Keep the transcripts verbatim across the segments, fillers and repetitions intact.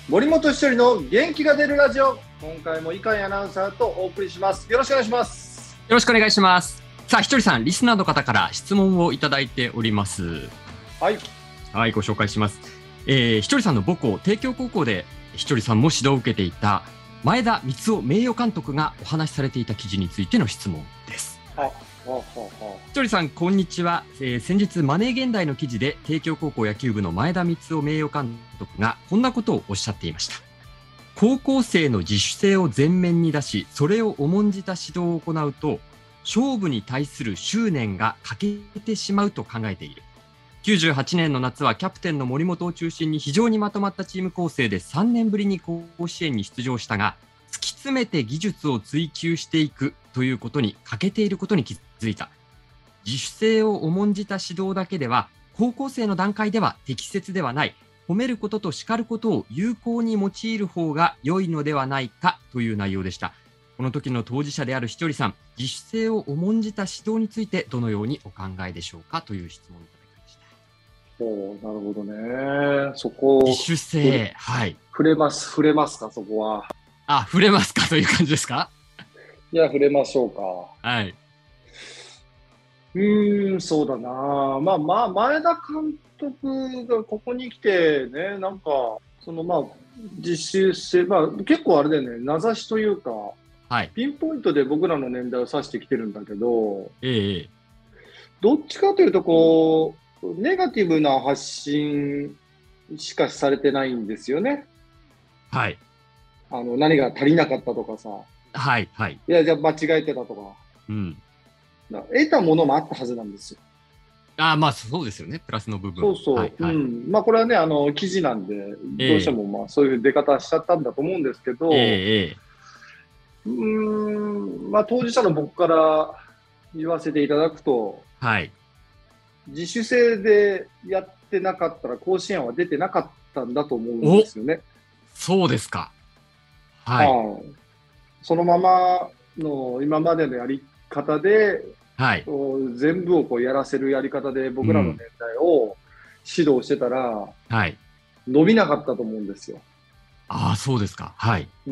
森本一人の元気が出るラジオ、今回も伊海アナウンサーとお送りします。よろしくお願いします。 よろしくお願いします。さあ、ひとりさん、リスナーの方から質問をいただいております。 はい。 はい、ご紹介します。えー、ひとりさんの母校、帝京高校でひとりさんも指導を受けていた前田光夫名誉監督がお話しされていた記事についての質問です。 あ、ほうほうほう。 ひとりさん、こんにちは。えー、先日マネー現代の記事で帝京高校野球部の前田光夫名誉監督がこんなことをおっしゃっていました。高校生の自主性を前面に出し、それを重んじた指導を行うと、勝負に対する執念が欠けてしまうと考えている。きゅうじゅうはちねんの夏はキャプテンの森本を中心に非常にまとまったチーム構成でさんねんぶりに甲子園に出場したが、突き詰めて技術を追求していくということに欠けていることに気づいた。自主性を重んじた指導だけでは、高校生の段階では適切ではない。褒めることと叱ることを有効に用いる方が良いのではないかという内容でした。この時の当事者であるひとりさん、自主性を重んじた指導についてどのようにお考えでしょうかという質問をいただきました。 おー、なるほどね。そこ自主性、はい。 触れます、触れますか、そこは。 あ、触れますかという感じですか？ いや、触れましょうか。 はい。 うーん、そうだな。まあまあ、前田監督がここに来てね、なんか、そのまあ、実習性、まあ結構あれだよね、名指しというか、 はい。 ピンポイントで僕らの年代を指してきてるんだけど、 ええ。 どっちかというと、こう、ネガティブな発信しかされてないんですよね。 はい。 あの、何が足りなかったとかさ、 はい。はい。 いや、じゃあ間違えてたとか、 うん。 得たものもあったはずなんですよ。 あ、まあそうですよね。プラスの部分。 そうそう。 はい。はい。 うん。まあこれはね、あの、記事なんで、 ええどうしてもまあそういう出方しちゃったんだと思うんですけど、 ええ。ええ。 うーん、まあ当事者の僕から言わせていただくと、 はい。 自主性でやってなかったら甲子園は出てなかったんだと思うんですよね。 そうですか。はい。 はい。そのままの今までのやり方で、 はい。 全部をこうやらせるやり方で僕らの年代を指導してたら、 はい。 伸びなかったと思うんですよ。 ああ、そうですか。はい。 うん。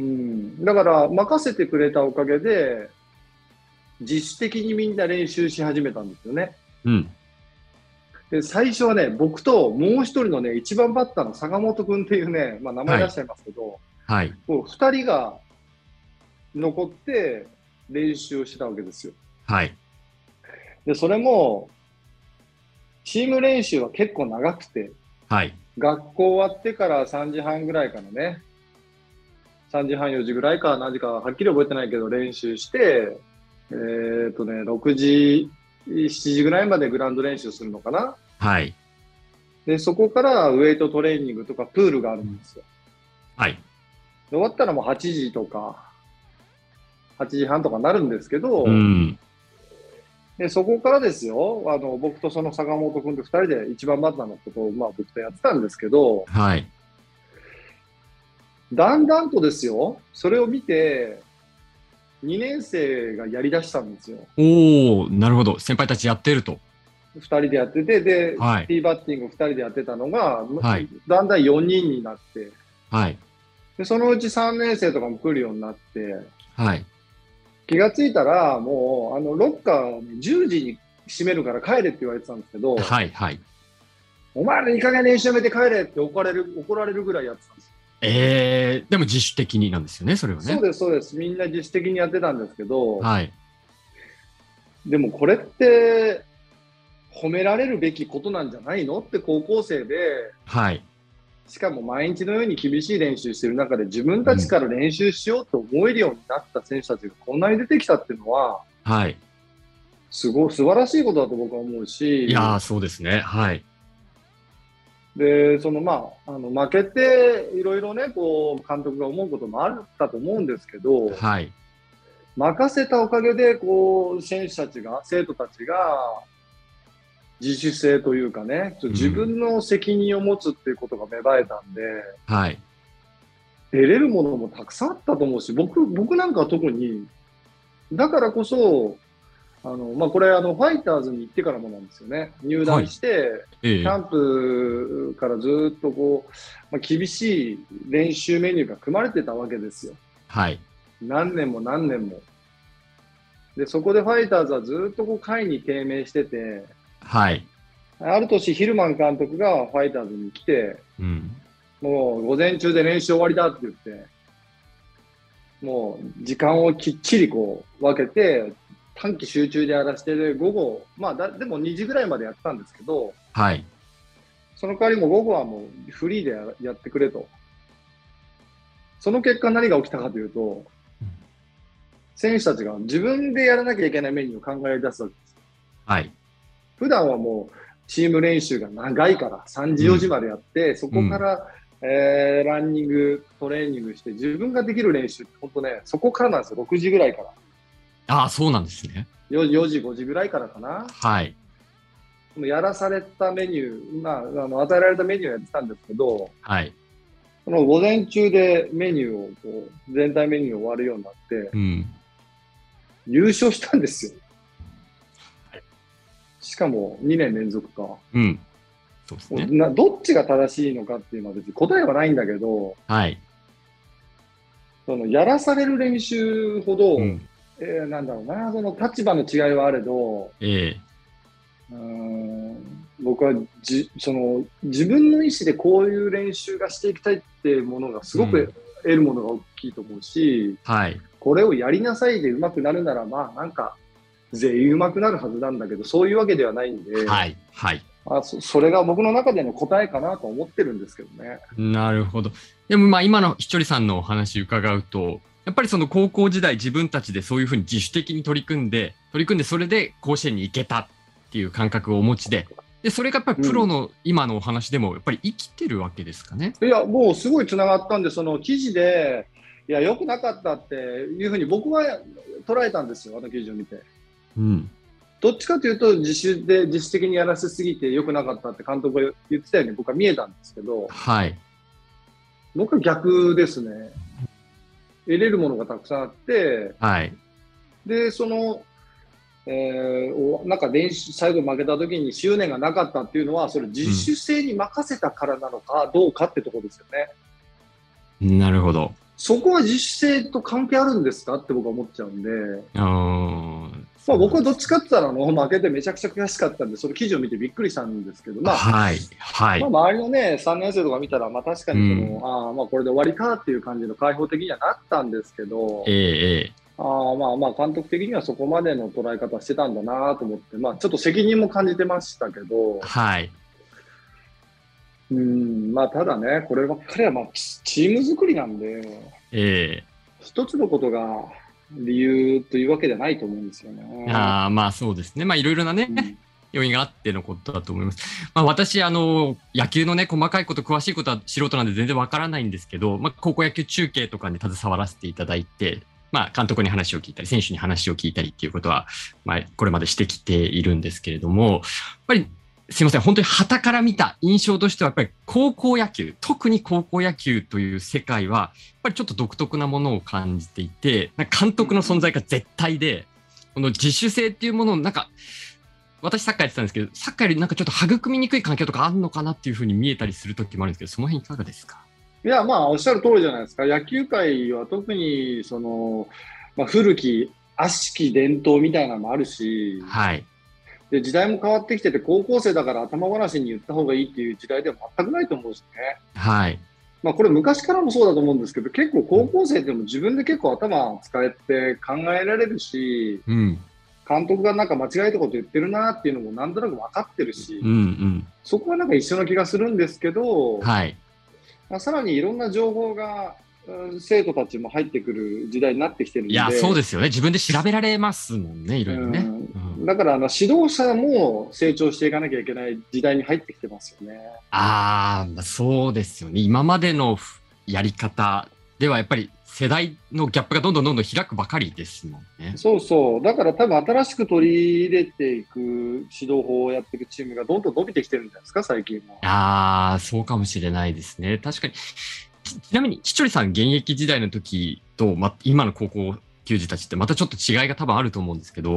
だから任せてくれたおかげで、自主的にみんな練習し始めたんですよね。 うん。 で、最初はね、僕ともう一人のね、一番バッターの坂本君っていうね、まあ名前出しちゃいますけど、 はい。 こう二人が残って練習をしてたわけですよ。 はい。 で、それも、チーム練習は結構長くて、 はい。 学校終わってからさんじはんぐらいからね、さんじはんよじぐらいか何時かはっきり覚えてないけど練習して、えーっとね、ろくじ、しちじぐらいまでグラウンド練習するのかな。 はい。 で、そこからウェイトトレーニングとかプールがあるんですよ。 はい。 で終わったらもうはちじとか、はちじはんとかなるんですけど、 うん。 でそこからですよ、あの僕とその坂本君とふたりで一番バッターのことを、まあ、僕とやってたんですけど、 はい。 だんだんとですよ、それを見て、にねん生がやりだしたんですよ。 おお、なるほど。先輩たちやってると。 ふたりでやってて、で、 はい。 ティーバッティングふたりでやってたのが、 はい。 だんだんよにんになって、 はい。 でそのうちさんねん生とかも来るようになって、 はい。 気がついたら、もう、あの、ロッカーをじゅうじに閉めるから帰れって言われてたんですけど、 はい。はい。 お前らいい加減練習やめて帰れって怒られる、怒られるぐらいやってたんですよ。 えー、でも自主的になんですよね、それはね。 そうです、そうです。みんな自主的にやってたんですけど、 はい。 でもこれって褒められるべきことなんじゃないのって高校生で、 はい。 しかも毎日のように厳しい練習してる中で自分たちうん。 から練習しようと思えるようになった選手たちがこんなに出てきたっていうのは、 はい。 すごい素晴らしいことだと僕は思うし、 いやー、そうですね。はい。 で、そのまあ、あの負けていろいろね、こう、監督が思うこともあったと思うんですけど、 はい。 任せたおかげで、こう、選手たちが、生徒たちが、自主性というかね、自分の責任を持つっていうことが芽生えたんで、 はい。 出れるものもたくさんあったと思うし、僕、僕なんかは特に、だからこそ、 あの、まあ、これ、あの、ファイターズに行ってからもなんですよね。入団して、 ええキャンプからずっとこう、まあ、厳しい練習メニューが組まれてたわけですよ。 はい。 何年も何年も。で、そこでファイターズはずっとこう下位に低迷してて、 はい。 ある年、ヒルマン監督がファイターズに来て、 うん。 もう午前中で練習終わりだって言って、もう時間をきっちりこう分けて、短期集中でやらせて、で午後、まあだ、でもにじぐらいまでやったんですけど、 はい。 その代わりも午後はもうフリーでややってくれと。その結果何が起きたかというと、選手たちが自分でやらなきゃいけないメニューを考え出すわけです。 はい。 普段はもうチーム練習が長いからさんじよじまでやって、うん、そこから、うん、えー、ランニング、トレーニングして自分ができる練習って本当ね、そこからなんですよ、ろくじぐらいから。 ああ、そうなんですね。 よじ、よじ、ごじぐらいからかな。 はい。 やらされたメニュー、まあ、あの与えられたメニューをやってたんですけど、 はい。 その午前中でメニューをこう、全体メニューを終わるようになって、うん、優勝したんですよ。しかもにねん連続か。 うん。そうですね。 などっちが正しいのかっていうのは別に答えはないんだけど、 はい。 そのやらされる練習ほど、うん、えー、なんだろうな、その立場の違いはあれど、 えー、うーん僕はじその自分の意思でこういう練習がしていきたいっていうものがすごく得るものが大きいと思うし、 うん、はい。 これをやりなさいで上手くなるなら、まあなんか全員上手くなるはずなんだけど、そういうわけではないんで、 はい。はい。 あ そ, それが僕の中での答えかなと思ってるんですけどね。 なるほど。でもまあ今のひとりさんのお話伺うと、やっぱりその高校時代自分たちでそういうふうに自主的に取り組んで、取り組んでそれで甲子園に行けたっていう感覚をお持ちで、でそれがやっぱりプロの今のお話でもやっぱり生きてるわけですかね。 いや、もうすごいつながったんで、その記事で、いや、良くなかったっていうふうに僕は捉えたんですよ、あの記事を見て。 うん。 どっちかというと自主で自主的にやらせすぎて良くなかったって監督が言ってたように僕は見えたんですけど、 はい、 僕は逆ですね。得れるものがたくさんあって、 はい、 でその、えー、なんか練習最後負けた時に執念がなかったっていうのはそれ自主性に任せたからなのかどうかってところですよね。 うん、なるほど。 そこは自主性と関係あるんですかって僕は思っちゃうんで。 あまあ、僕はどっちかって言ったらもう負けてめちゃくちゃ悔しかったんで、その記事を見てびっくりしたんですけど、まあ、 はいはいまあ、周りのね、さんねん生とか見たら、まあ確かにその、うん、あまあこれで終わりかっていう感じの開放的にはなったんですけど、 ええ、 あまあまあ監督的にはそこまでの捉え方してたんだなと思って、まあちょっと責任も感じてましたけど、 はい。 うん、まあただね、こればっかりはまあチーム作りなんで、 ええ、 一つのことが理由というわけではないと思うんですよね。 あまあそうですね。まあいろいろなね、うん、要因があってのことだと思います。まあ私、あの、野球のね、細かいこと、詳しいことは素人なんで全然わからないんですけど、まあ高校野球中継とかに携わらせていただいて、まあ監督に話を聞いたり、選手に話を聞いたりっていうことは、まあこれまでしてきているんですけれども、やっぱりすいません、本当に傍から見た印象としては、やっぱり高校野球、特に高校野球という世界は、やっぱりちょっと独特なものを感じていて、監督の存在が絶対で、この自主性っていうものをなんか、私サッカーやってたんですけど、サッカーよりなんかちょっと育みにくい環境とかあるのかなっていうふうに見えたりする時もあるんですけど、その辺いかがですか？ いや、まあ、おっしゃる通りじゃないですか。野球界は特に、その、まあ、古き、悪しき伝統みたいなのもあるし、 はい。 で時代も変わってきてて、高校生だから頭ごなしに言った方がいいっていう時代では全くないと思うしね。 はい。 まあこれ昔からもそうだと思うんですけど、結構高校生でも自分で結構頭使えて考えられるし、うん、監督がなんか間違えたこと言ってるなっていうのもなんとなく分かってるし、 うんうん、 そこはなんか一緒の気がするんですけど、 はい。 まあ、さらにいろんな情報が生徒たちも入ってくる時代になってきてるんで。 いや、そうですよね。自分で調べられますもんね、いろいろね。 うん、だからあの指導者も成長していかなきゃいけない時代に入ってきてますよね。 ああ、そうですよね。今までのやり方ではやっぱり世代のギャップがどんどんどんどん開くばかりですもんね。 そうそう。だから多分新しく取り入れていく指導法をやっていくチームがどんどん伸びてきてるんじゃないですか、最近も。 ああ、そうかもしれないですね。確かに。ち, ちなみに、ひとりさん現役時代の時と、ま、今の高校球児たちってまたちょっと違いが多分あると思うんですけど、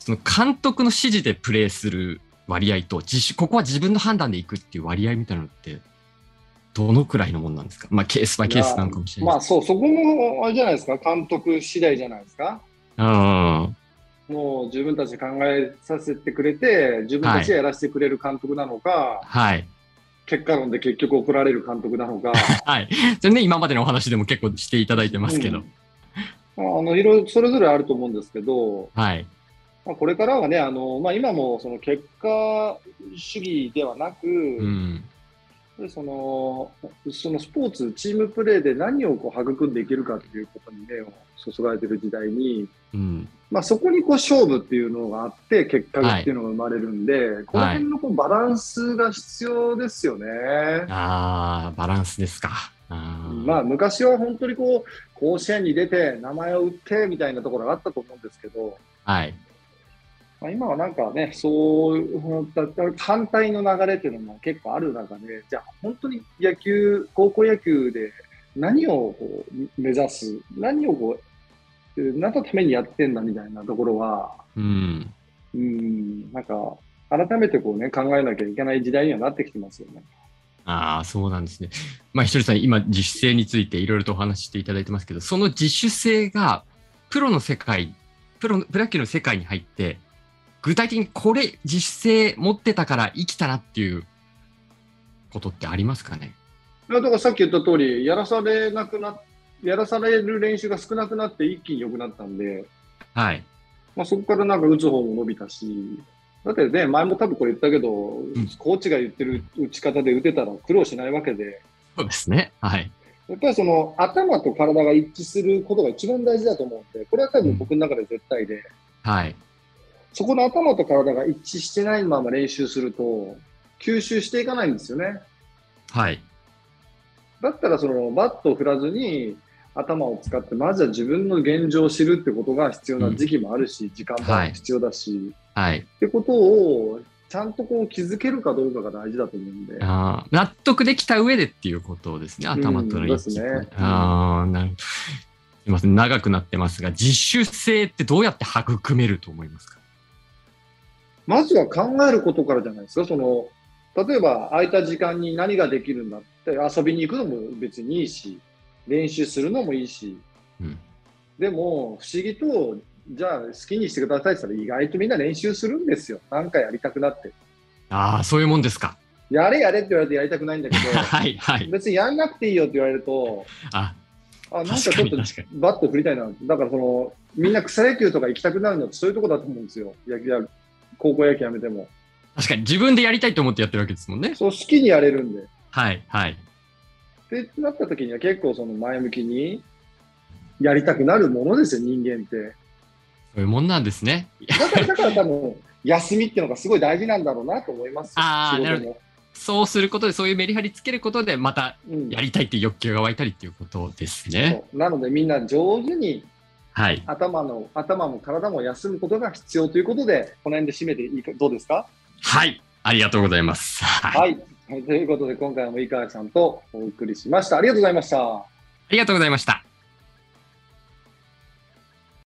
その監督の指示でプレーする割合と自主、ここは自分の判断でいくっていう割合みたいなのって、どのくらいのもんなんですか？まあ、ケースバイケースなのかもしれないです。 まあそう、そこもあれじゃないですか、監督次第じゃないですか。 あもう自分たちで考えさせてくれて、自分たちでやらせてくれる監督なのか、 はい。 結果論で結局怒られる監督なのか、 はい。それね、今までのお話でも結構していただいてますけど。 うんあのいろいろそれぞれあると思うんですけど、 はい。 まあ、これからはね、あのまあ、今もその結果主義ではなく、 うん。 でそのそのスポーツ、チームプレーで何をこう育んでいけるかっていうことに目を注がれている時代に、 うん。 まあ、そこにこう勝負っていうのがあって、結果っていうのが生まれるんで、はい、この辺のこうバランスが必要ですよね。 ああ、バランスですか。あまあ、昔は本当にこう甲子園に出て名前を売ってみたいなところがあったと思うんですけど、 はい。 まあ、今はなんかね、そう反対の流れっていうのも結構ある中で、じゃあ本当に野球、高校野球で何をこう目指す、何をこう、何のためにやってんだみたいなところは、 うん。 うん、なんか改めてこうね、考えなきゃいけない時代にはなってきてますよね。 ああ、そうなんですね。まあ、ひとりさん、今、自主性についていろいろとお話ししていただいてますけど、その自主性が、プロの世界、プロ、プロ野球の世界に入って、具体的にこれ、自主性持ってたから生きたなっていうことってありますかね？ だからさっき言った通り、やらされなくな、やらされる練習が少なくなって一気に良くなったんで、 はい。 まあ、そこからなんか打つ方も伸びたし、だってね、前も多分これ言ったけど、うん、コーチが言ってる打ち方で打てたら苦労しないわけで、 そうですね。はい。 やっぱりその頭と体が一致することが一番大事だと思うんで、これは多分僕の中で絶対で、 うん、はい。 そこの頭と体が一致してないまま練習すると、吸収していかないんですよね。 はい。 だったらそのバットを振らずに頭を使って、まずは自分の現状を知るってことが必要な時期もあるし、うん、時間も必要だし、 はい。 ってことをちゃんとこう気づけるかどうかが大事だと思うんで。 あ納得できた上でっていうことですね。頭との一致、うん、ね。ああ、なるほど。すみません、長くなってますが、自主性ってどうやって育めると思いますか？ まずは考えることからじゃないですか。その例えば空いた時間に何ができるんだって遊びに行くのも別にいいし、練習するのもいいし、うん、でも不思議とじゃあ好きにしてくださいって言ったら意外とみんな練習するんですよ。なんかやりたくなって。 ああ、そういうもんですか。 やれやれって言われてやりたくないんだけど、 はいはい、別にやんなくていいよって言われると、ああなんかちょっとバット振りたいな。だからそのみんな草野球とか行きたくなるのってそういうところだと思うんですよ。野球や高校野球やめても。 確かに自分でやりたいと思ってやってるわけですもんね。 そう、好きにやれるんで。 はいはい。 ってなった時には結構その前向きにやりたくなるものですよ、人間って。 そういうもんなんですね。 だから、だから多分休みっていうのがすごい大事なんだろうなと思います。 ああ、なるほど。そうすることで、そういうメリハリつけることで、またやりたいっていう欲求が湧いたりっていうことですね。 うん、なのでみんな上手に、 はい、 頭の頭も体も休むことが必要ということで、この辺で締めていいかどうですか？ はい、ありがとうございます。 はい、はい、ということで今回も井川さんとお送りしました。ありがとうございました。 ありがとうございました。